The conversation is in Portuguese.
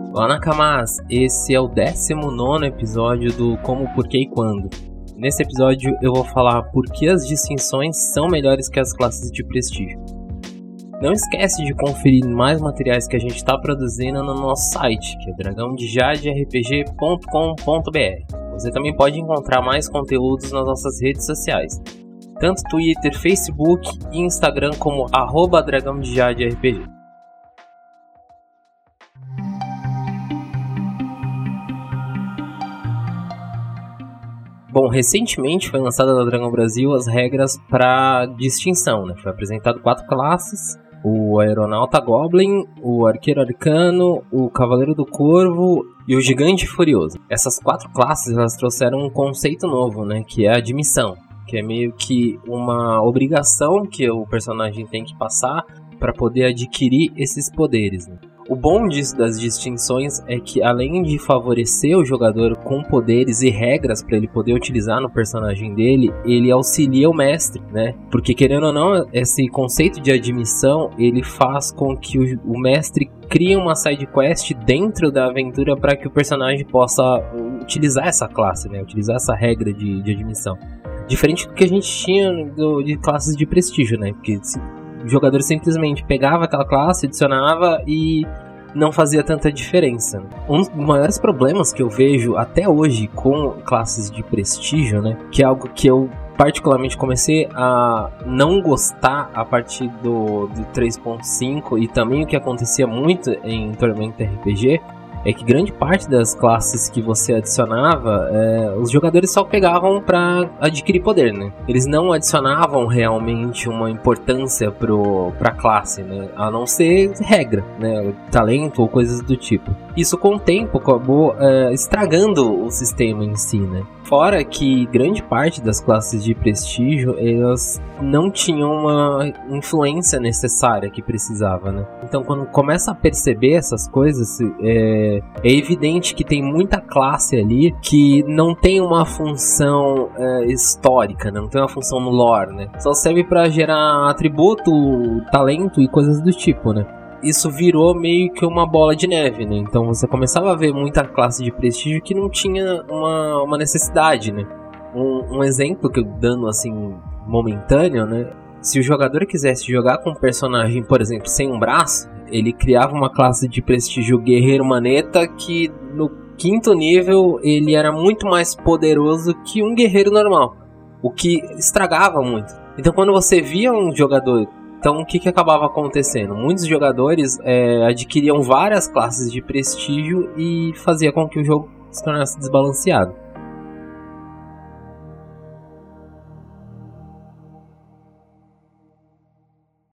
Olá, Nakamas! Esse é o 19º episódio do Como, Porquê e Quando. Nesse episódio eu vou falar por que as distinções são melhores que as classes de prestígio. Não esquece de conferir mais materiais que a gente está produzindo no nosso site, que é dragãodejaderpg.com.br. Você também pode encontrar mais conteúdos nas nossas redes sociais, tanto Twitter, Facebook e Instagram como @dragãodejaderpg. Bom, recentemente foi lançada na Dragão Brasil as regras para distinção, né? Foi apresentado 4 classes: o Aeronauta Goblin, o Arqueiro Arcano, o Cavaleiro do Corvo e o Gigante Furioso. Essas 4 classes elas trouxeram um conceito novo, né? Que é a admissão, que é meio que uma obrigação que o personagem tem que passar para poder adquirir esses poderes, né? O bom disso das distinções é que, além de favorecer o jogador com poderes e regras para ele poder utilizar no personagem dele, ele auxilia o mestre, né? Porque, querendo ou não, esse conceito de admissão, ele faz com que o mestre crie uma side quest dentro da aventura para que o personagem possa utilizar essa classe, né? Utilizar essa regra de admissão. Diferente do que a gente tinha de classes de prestígio, né? Porque o jogador simplesmente pegava aquela classe, adicionava e não fazia tanta diferença. Um dos maiores problemas que eu vejo até hoje com classes de prestígio, né, que é algo que eu particularmente comecei a não gostar a partir do 3.5 e também o que acontecia muito em Tormenta RPG, é que grande parte das classes que você adicionava, os jogadores só pegavam para adquirir poder, né? Eles não adicionavam realmente uma importância pra classe, né? A não ser regra, né? Talento ou coisas do tipo. Isso com o tempo acabou estragando o sistema em si, né? Fora que grande parte das classes de prestígio, elas não tinham uma influência necessária que precisava, né? Então, quando começa a perceber essas coisas, é evidente que tem muita classe ali que não tem uma função histórica, né? Não tem uma função no lore, né? Só serve para gerar atributo, talento e coisas do tipo, né? Isso virou meio que uma bola de neve, né? Então você começava a ver muita classe de prestígio que não tinha uma necessidade, né? Um exemplo que eu dando assim momentâneo, né? Se o jogador quisesse jogar com um personagem, por exemplo, sem um braço, ele criava uma classe de prestígio Guerreiro Maneta que no 5º nível ele era muito mais poderoso que um guerreiro normal, o que estragava muito. Então quando você via um jogador... Então, o que acabava acontecendo? Muitos jogadores adquiriam várias classes de prestígio e fazia com que o jogo se tornasse desbalanceado.